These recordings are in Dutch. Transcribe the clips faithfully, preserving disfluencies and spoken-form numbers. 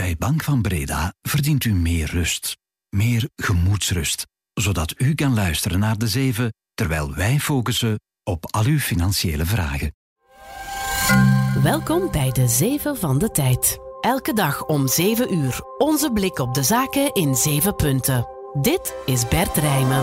Bij Bank van Breda verdient u meer rust. Meer gemoedsrust. Zodat u kan luisteren naar de zeven, terwijl wij focussen op al uw financiële vragen. Welkom bij de zeven van de tijd. Elke dag om zeven uur. Onze blik op de zaken in zeven punten. Dit is Bert Rijmen.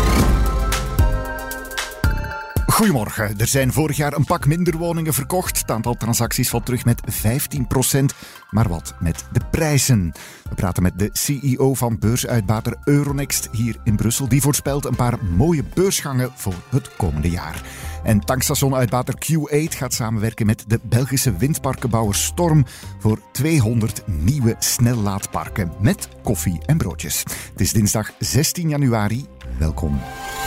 Goedemorgen. Er zijn vorig jaar een pak minder woningen verkocht. Het aantal transacties valt terug met vijftien procent. Maar wat met de prijzen? We praten met de C E O van beursuitbater Euronext hier in Brussel. Die voorspelt een paar mooie beursgangen voor het komende jaar. En tankstationuitbater Q acht gaat samenwerken met de Belgische windparkenbouwer Storm voor tweehonderd nieuwe snellaadparken met koffie en broodjes. Het is dinsdag zestien januari. Welkom.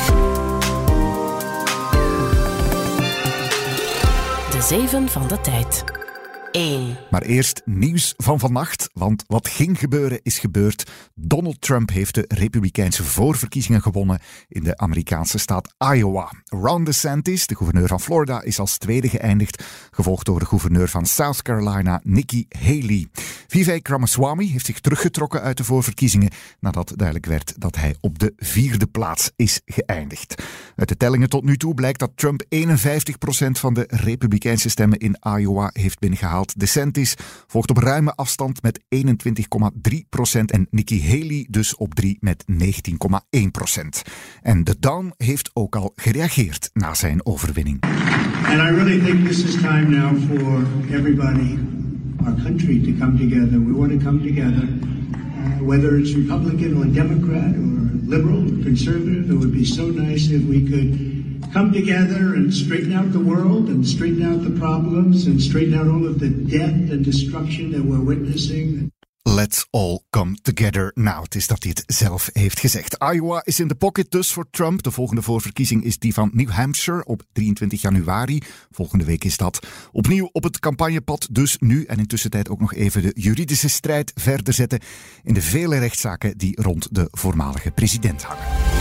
De zeven van de tijd. één. Maar eerst nieuws van vannacht, want wat ging gebeuren is gebeurd. Donald Trump heeft de Republikeinse voorverkiezingen gewonnen in de Amerikaanse staat Iowa. Ron DeSantis, de gouverneur van Florida, is als tweede geëindigd, gevolgd door de gouverneur van South Carolina, Nikki Haley. Vivek Ramaswamy heeft zich teruggetrokken uit de voorverkiezingen nadat duidelijk werd dat hij op de vierde plaats is geëindigd. Uit de tellingen tot nu toe blijkt dat Trump eenenvijftig procent van de Republikeinse stemmen in Iowa heeft binnengehaald. DeSantis volgt op ruime afstand met eenentwintig komma drie procent en Nikki Haley dus op drie met negentien komma één procent. En de Dawn heeft ook al gereageerd na zijn overwinning. And I really think this is time now for everybody, our country, to come together. We want to come together, uh, whether it's Republican or Democrat or liberal or conservative. It would be so nice if we could come together and straighten out the world and straighten out the problems and straighten out all of the death and destruction that we're witnessing. Let's all come together now. Het is dat hij het zelf heeft gezegd. Iowa is in de pocket dus voor Trump. De volgende voorverkiezing is die van New Hampshire op drieëntwintig januari. Volgende week is dat. Opnieuw op het campagnepad dus nu en intussen tijd ook nog even de juridische strijd verder zetten in de vele rechtszaken die rond de voormalige president hangen.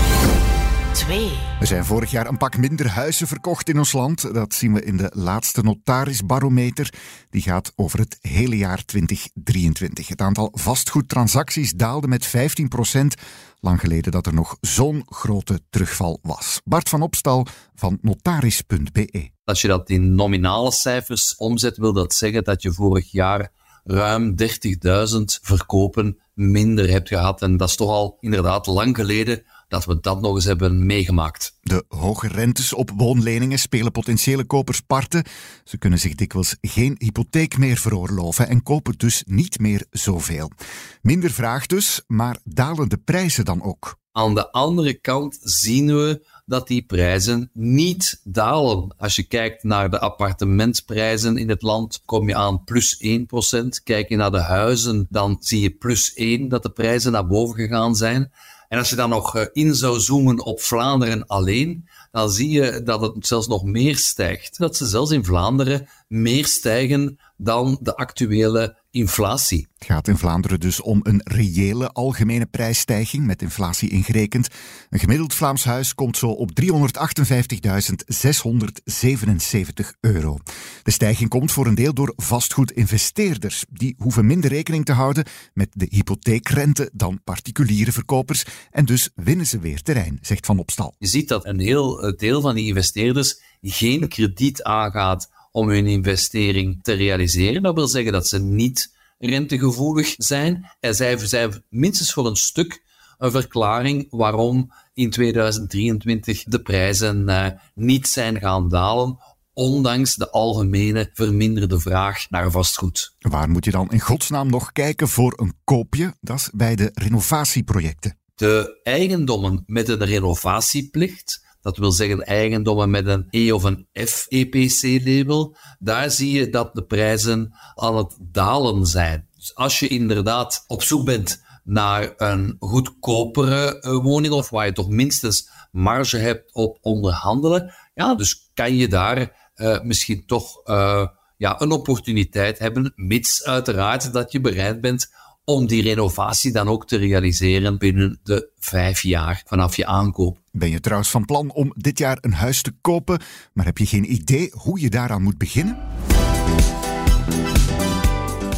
twee. Er zijn vorig jaar een pak minder huizen verkocht in ons land. Dat zien we in de laatste notarisbarometer. Die gaat over het hele jaar twintig drieëntwintig. Het aantal vastgoedtransacties daalde met vijftien procent. Lang geleden dat er nog zo'n grote terugval was. Bart van Opstal van notaris punt b e. Als je dat in nominale cijfers omzet, wil dat zeggen dat je vorig jaar ruim dertigduizend verkopen minder hebt gehad. En dat is toch al inderdaad lang geleden dat we dat nog eens hebben meegemaakt. De hoge rentes op woonleningen spelen potentiële kopers parten. Ze kunnen zich dikwijls geen hypotheek meer veroorloven en kopen dus niet meer zoveel. Minder vraag dus, maar dalen de prijzen dan ook? Aan de andere kant zien we dat die prijzen niet dalen. Als je kijkt naar de appartementprijzen in het land, kom je aan plus één procent. Kijk je naar de huizen, dan zie je plus één dat de prijzen naar boven gegaan zijn. En als je dan nog in zou zoomen op Vlaanderen alleen, dan zie je dat het zelfs nog meer stijgt. Dat ze zelfs in Vlaanderen meer stijgen dan de actuele inflatie. Het gaat in Vlaanderen dus om een reële algemene prijsstijging, met inflatie ingerekend. Een gemiddeld Vlaams huis komt zo op driehonderdachtenvijftigduizend zeshonderdzevenenzeventig euro. De stijging komt voor een deel door vastgoedinvesteerders. Die hoeven minder rekening te houden met de hypotheekrente dan particuliere verkopers en dus winnen ze weer terrein, zegt Van Opstal. Je ziet dat een heel deel van die investeerders geen krediet aangaat om hun investering te realiseren. Dat wil zeggen dat ze niet rentegevoelig zijn. En zij zijn minstens voor een stuk een verklaring waarom in tweeduizend drieëntwintig de prijzen uh, niet zijn gaan dalen, ondanks de algemene verminderde vraag naar vastgoed. Waar moet je dan in godsnaam nog kijken voor een koopje? Dat is bij de renovatieprojecten. De eigendommen met een renovatieplicht, dat wil zeggen eigendommen met een E of een F E P C-label, daar zie je dat de prijzen aan het dalen zijn. Dus als je inderdaad op zoek bent naar een goedkopere woning, of waar je toch minstens marge hebt op onderhandelen, ja, dus kan je daar uh, misschien toch uh, ja, een opportuniteit hebben, mits uiteraard dat je bereid bent om die renovatie dan ook te realiseren binnen de vijf jaar vanaf je aankoop. Ben je trouwens van plan om dit jaar een huis te kopen, maar heb je geen idee hoe je daaraan moet beginnen?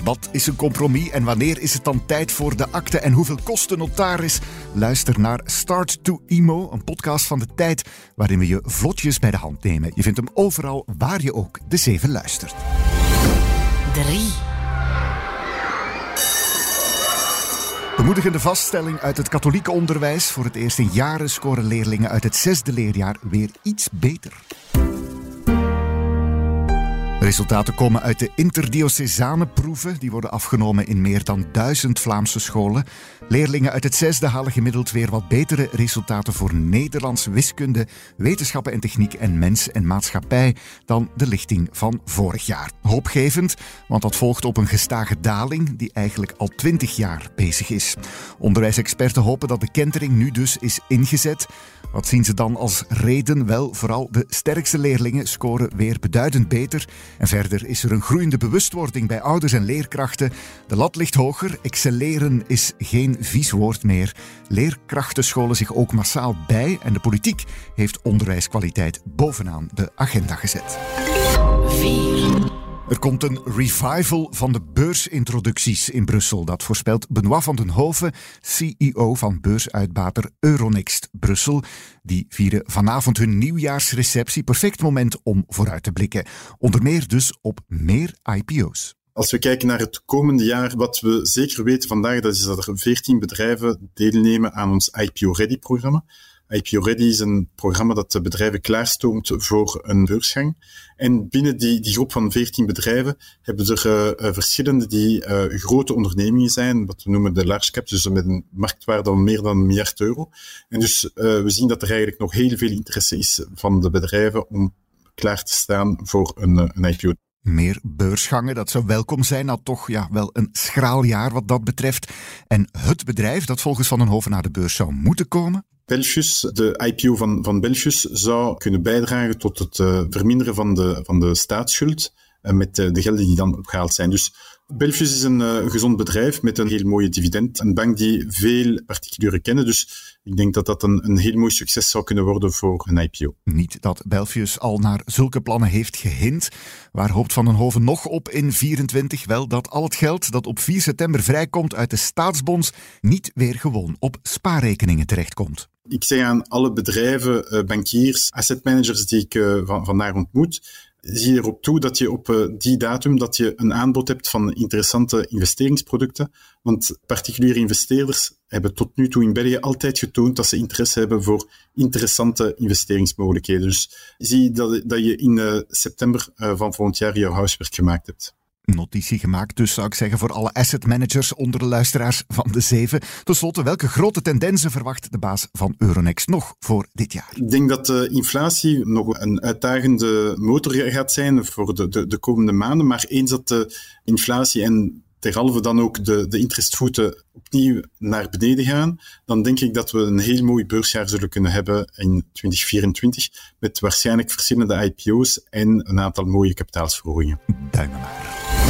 Wat is een compromis en wanneer is het dan tijd voor de akte en hoeveel kost de notaris? Luister naar Start to Emo, een podcast van De Tijd waarin we je vlotjes bij de hand nemen. Je vindt hem overal waar je ook De Zeven luistert. drie. Bemoedigende vaststelling uit het katholieke onderwijs. Voor het eerst in jaren scoren leerlingen uit het zesde leerjaar weer iets beter. Resultaten komen uit de interdiocesane proeven. Die worden afgenomen in meer dan duizend Vlaamse scholen. Leerlingen uit het zesde halen gemiddeld weer wat betere resultaten voor Nederlands, wiskunde, wetenschappen en techniek en mens en maatschappij dan de lichting van vorig jaar. Hoopgevend, want dat volgt op een gestage daling die eigenlijk al twintig jaar bezig is. Onderwijsexperten hopen dat de kentering nu dus is ingezet. Wat zien ze dan als reden? Wel, vooral de sterkste leerlingen scoren weer beduidend beter. En verder is er een groeiende bewustwording bij ouders en leerkrachten. De lat ligt hoger. Excelleren is geen vies woord meer. Leerkrachten scholen zich ook massaal bij en de politiek heeft onderwijskwaliteit bovenaan de agenda gezet. vier. Er komt een revival van de beursintroducties in Brussel. Dat voorspelt Benoît van den Hoven, C E O van beursuitbater Euronext Brussel. Die vieren vanavond hun nieuwjaarsreceptie. Perfect moment om vooruit te blikken. Onder meer dus op meer I P O's. Als we kijken naar het komende jaar, wat we zeker weten vandaag, dat is dat er veertien bedrijven deelnemen aan ons I P O-Ready-programma. I P O-Ready is een programma dat de bedrijven klaarstoomt voor een beursgang. En binnen die, die groep van veertien bedrijven hebben er uh, verschillende die uh, grote ondernemingen zijn, wat we noemen de large caps, dus met een marktwaarde van meer dan een miljard euro. En dus uh, we zien dat er eigenlijk nog heel veel interesse is van de bedrijven om klaar te staan voor een, uh, een I P O. Meer beursgangen, dat zou welkom zijn, nou toch ja, wel een schraal jaar wat dat betreft. En het bedrijf dat volgens Van den Hoven naar de beurs zou moeten komen? Belfius, de I P O van, van Belfius, zou kunnen bijdragen tot het uh, verminderen van de, van de staatsschuld uh, met uh, de gelden die dan opgehaald zijn. Dus Belfius is een uh, gezond bedrijf met een heel mooie dividend. Een bank die veel particulieren kennen, dus ik denk dat dat een, een heel mooi succes zou kunnen worden voor een I P O. Niet dat Belfius al naar zulke plannen heeft gehint. Waar hoopt Van den Hoven nog op in vierentwintig? Wel, dat al het geld dat op vier september vrijkomt uit de staatsbonds niet weer gewoon op spaarrekeningen terechtkomt. Ik zeg aan alle bedrijven, bankiers, assetmanagers die ik van, vandaag ontmoet, zie erop toe dat je op uh, die datum dat je een aanbod hebt van interessante investeringsproducten. Want particuliere investeerders hebben tot nu toe in België altijd getoond dat ze interesse hebben voor interessante investeringsmogelijkheden. Dus zie dat, dat je in uh, september uh, van volgend jaar jouw huiswerk gemaakt hebt. Notitie gemaakt, dus zou ik zeggen voor alle asset managers onder de luisteraars van De Zeven. Ten slotte, welke grote tendensen verwacht de baas van Euronext nog voor dit jaar? Ik denk dat de inflatie nog een uitdagende motor gaat zijn voor de, de, de komende maanden. Maar eens dat de inflatie en derhalve dan ook de, de interestvoeten opnieuw naar beneden gaan, dan denk ik dat we een heel mooi beursjaar zullen kunnen hebben in twintig vierentwintig, met waarschijnlijk verschillende I P O's en een aantal mooie kapitaalsverhogingen. Duimen maar.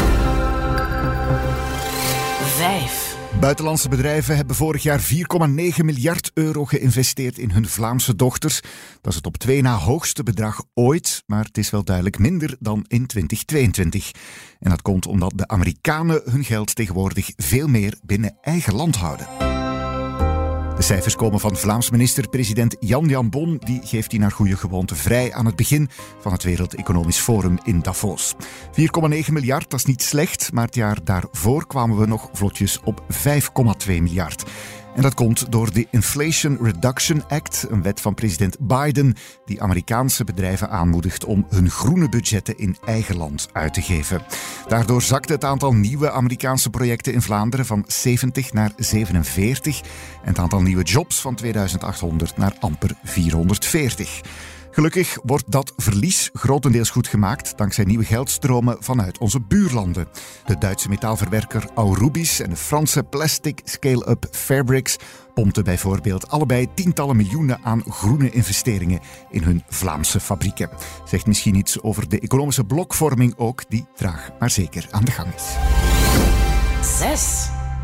vijf. Buitenlandse bedrijven hebben vorig jaar vier komma negen miljard euro geïnvesteerd in hun Vlaamse dochters. Dat is het op twee na hoogste bedrag ooit, maar het is wel duidelijk minder dan in twintig tweeëntwintig. En dat komt omdat de Amerikanen hun geld tegenwoordig veel meer binnen eigen land houden. De cijfers komen van Vlaams minister-president Jan Jan Bon. Die geeft die naar goede gewoonte vrij aan het begin van het Wereld Economisch Forum in Davos. vier komma negen miljard, dat is niet slecht, maar het jaar daarvoor kwamen we nog vlotjes op vijf komma twee miljard. En dat komt door de Inflation Reduction Act, een wet van president Biden, die Amerikaanse bedrijven aanmoedigt om hun groene budgetten in eigen land uit te geven. Daardoor zakte het aantal nieuwe Amerikaanse projecten in Vlaanderen van zeventig naar zevenenveertig en het aantal nieuwe jobs van tweeduizend achthonderd naar amper vierhonderdveertig. Gelukkig wordt dat verlies grotendeels goed gemaakt dankzij nieuwe geldstromen vanuit onze buurlanden. De Duitse metaalverwerker Aurubis en de Franse plastic scale-up Fairbricks pompten bijvoorbeeld allebei tientallen miljoenen aan groene investeringen in hun Vlaamse fabrieken. Zegt misschien iets over de economische blokvorming ook, die traag maar zeker aan de gang is. zes.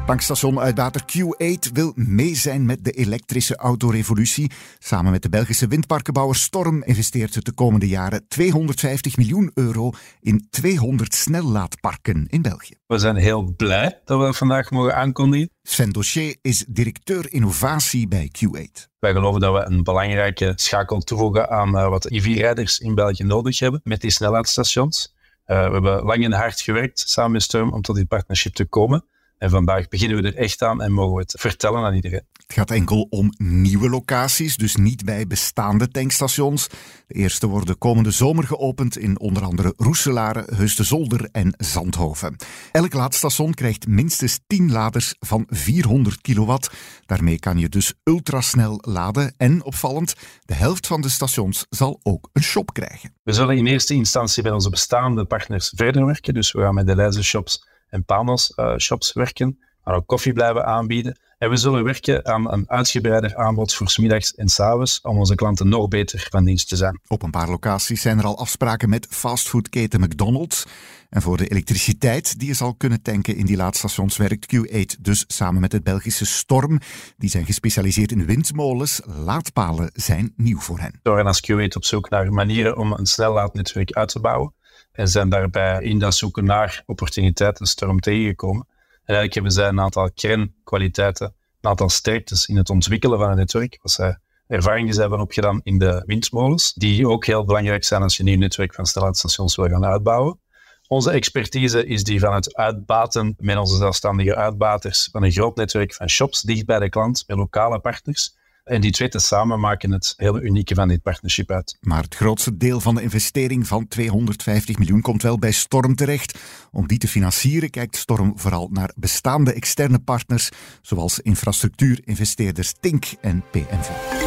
Tankstation-uitbater Q acht wil mee zijn met de elektrische autorevolutie. Samen met de Belgische windparkenbouwer Storm investeert het de komende jaren tweehonderdvijftig miljoen euro in tweehonderd snellaadparken in België. We zijn heel blij dat we dat vandaag mogen aankondigen. Sven Dossier is directeur innovatie bij Q acht. Wij geloven dat we een belangrijke schakel toevoegen aan uh, wat E V-rijders in België nodig hebben met die snellaadstations. Uh, we hebben lang en hard gewerkt samen met Storm om tot dit partnership te komen. En vandaag beginnen we er echt aan en mogen we het vertellen aan iedereen. Het gaat enkel om nieuwe locaties, dus niet bij bestaande tankstations. De eerste worden komende zomer geopend in onder andere Roeselare, Heusden-Zolder en Zandhoven. Elk laadstation krijgt minstens tien laders van vierhonderd kilowatt. Daarmee kan je dus ultrasnel laden en, opvallend, de helft van de stations zal ook een shop krijgen. We zullen in eerste instantie bij onze bestaande partners verder werken, dus we gaan met de Leize shops en Panos uh, shops werken, maar ook koffie blijven aanbieden. En we zullen werken aan een uitgebreider aanbod voor 's middags en 's avonds om onze klanten nog beter van dienst te zijn. Op een paar locaties zijn er al afspraken met fastfoodketen McDonald's. En voor de elektriciteit die je zal kunnen tanken in die laadstations werkt Q acht dus samen met het Belgische Storm. Die zijn gespecialiseerd in windmolens. Laadpalen zijn nieuw voor hen. We zijn als Q acht op zoek naar manieren om een snellaadnetwerk uit te bouwen. En zijn daarbij in dat zoeken naar opportuniteiten Storm tegengekomen. En eigenlijk hebben zij een aantal kernkwaliteiten, een aantal sterktes in het ontwikkelen van een netwerk, wat zij ervaring die zij hebben opgedaan in de windmolens, die ook heel belangrijk zijn als je een nieuw netwerk van snellaadstations wil gaan uitbouwen. Onze expertise is die van het uitbaten met onze zelfstandige uitbaters van een groot netwerk van shops dicht bij de klant, met lokale partners. En die twee tezamen maken het hele unieke van dit partnership uit. Maar het grootste deel van de investering van tweehonderdvijftig miljoen komt wel bij Storm terecht. Om die te financieren kijkt Storm vooral naar bestaande externe partners, zoals infrastructuurinvesteerders Tink en P N V.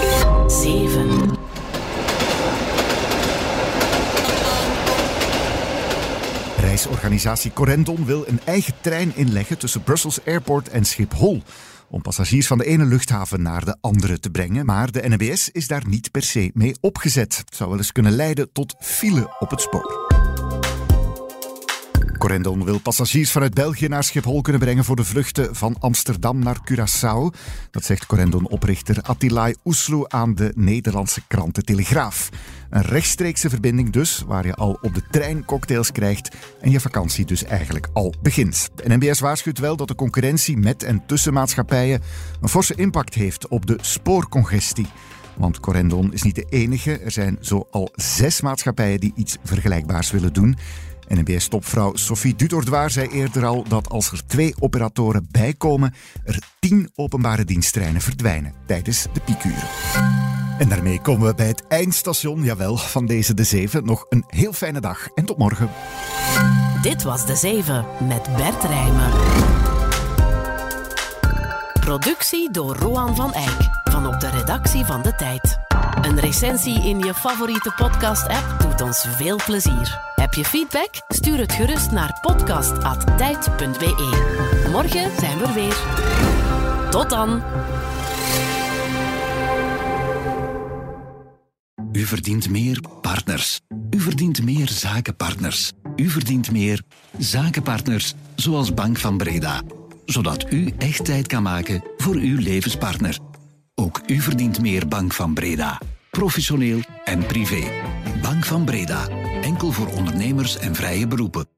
zeven. Reisorganisatie Corendon wil een eigen trein inleggen tussen Brussels Airport en Schiphol, om passagiers van de ene luchthaven naar de andere te brengen. Maar de N M B S is daar niet per se mee opgezet. Het zou wel eens kunnen leiden tot file op het spoor. Corendon wil passagiers vanuit België naar Schiphol kunnen brengen voor de vluchten van Amsterdam naar Curaçao. Dat zegt Corendon-oprichter Attilay Oesloe aan de Nederlandse krant De Telegraaf. Een rechtstreekse verbinding dus, waar je al op de trein cocktails krijgt en je vakantie dus eigenlijk al begint. De N M B S waarschuwt wel dat de concurrentie met en tussen maatschappijen een forse impact heeft op de spoorcongestie. Want Corendon is niet de enige. Er zijn zo al zes maatschappijen die iets vergelijkbaars willen doen. N M B S-topvrouw Sophie Dudordoir zei eerder al dat als er twee operatoren bijkomen, er tien openbare diensttreinen verdwijnen tijdens de piekuren. En daarmee komen we bij het eindstation, jawel, van deze De Zeven. Nog een heel fijne dag en tot morgen. Dit was De Zeven met Bert Rijmen. Productie door Roan van Eyck van op de redactie van De Tijd. Een recensie in je favoriete podcast-app doet ons veel plezier. Heb je feedback? Stuur het gerust naar podcast apenstaartje tijd punt b e. Morgen zijn we er weer. Tot dan! U verdient meer partners. U verdient meer zakenpartners. U verdient meer zakenpartners, zoals Bank van Breda. Zodat u echt tijd kan maken voor uw levenspartner. Ook u verdient meer Bank van Breda. Professioneel en privé. Bank van Breda. Enkel voor ondernemers en vrije beroepen.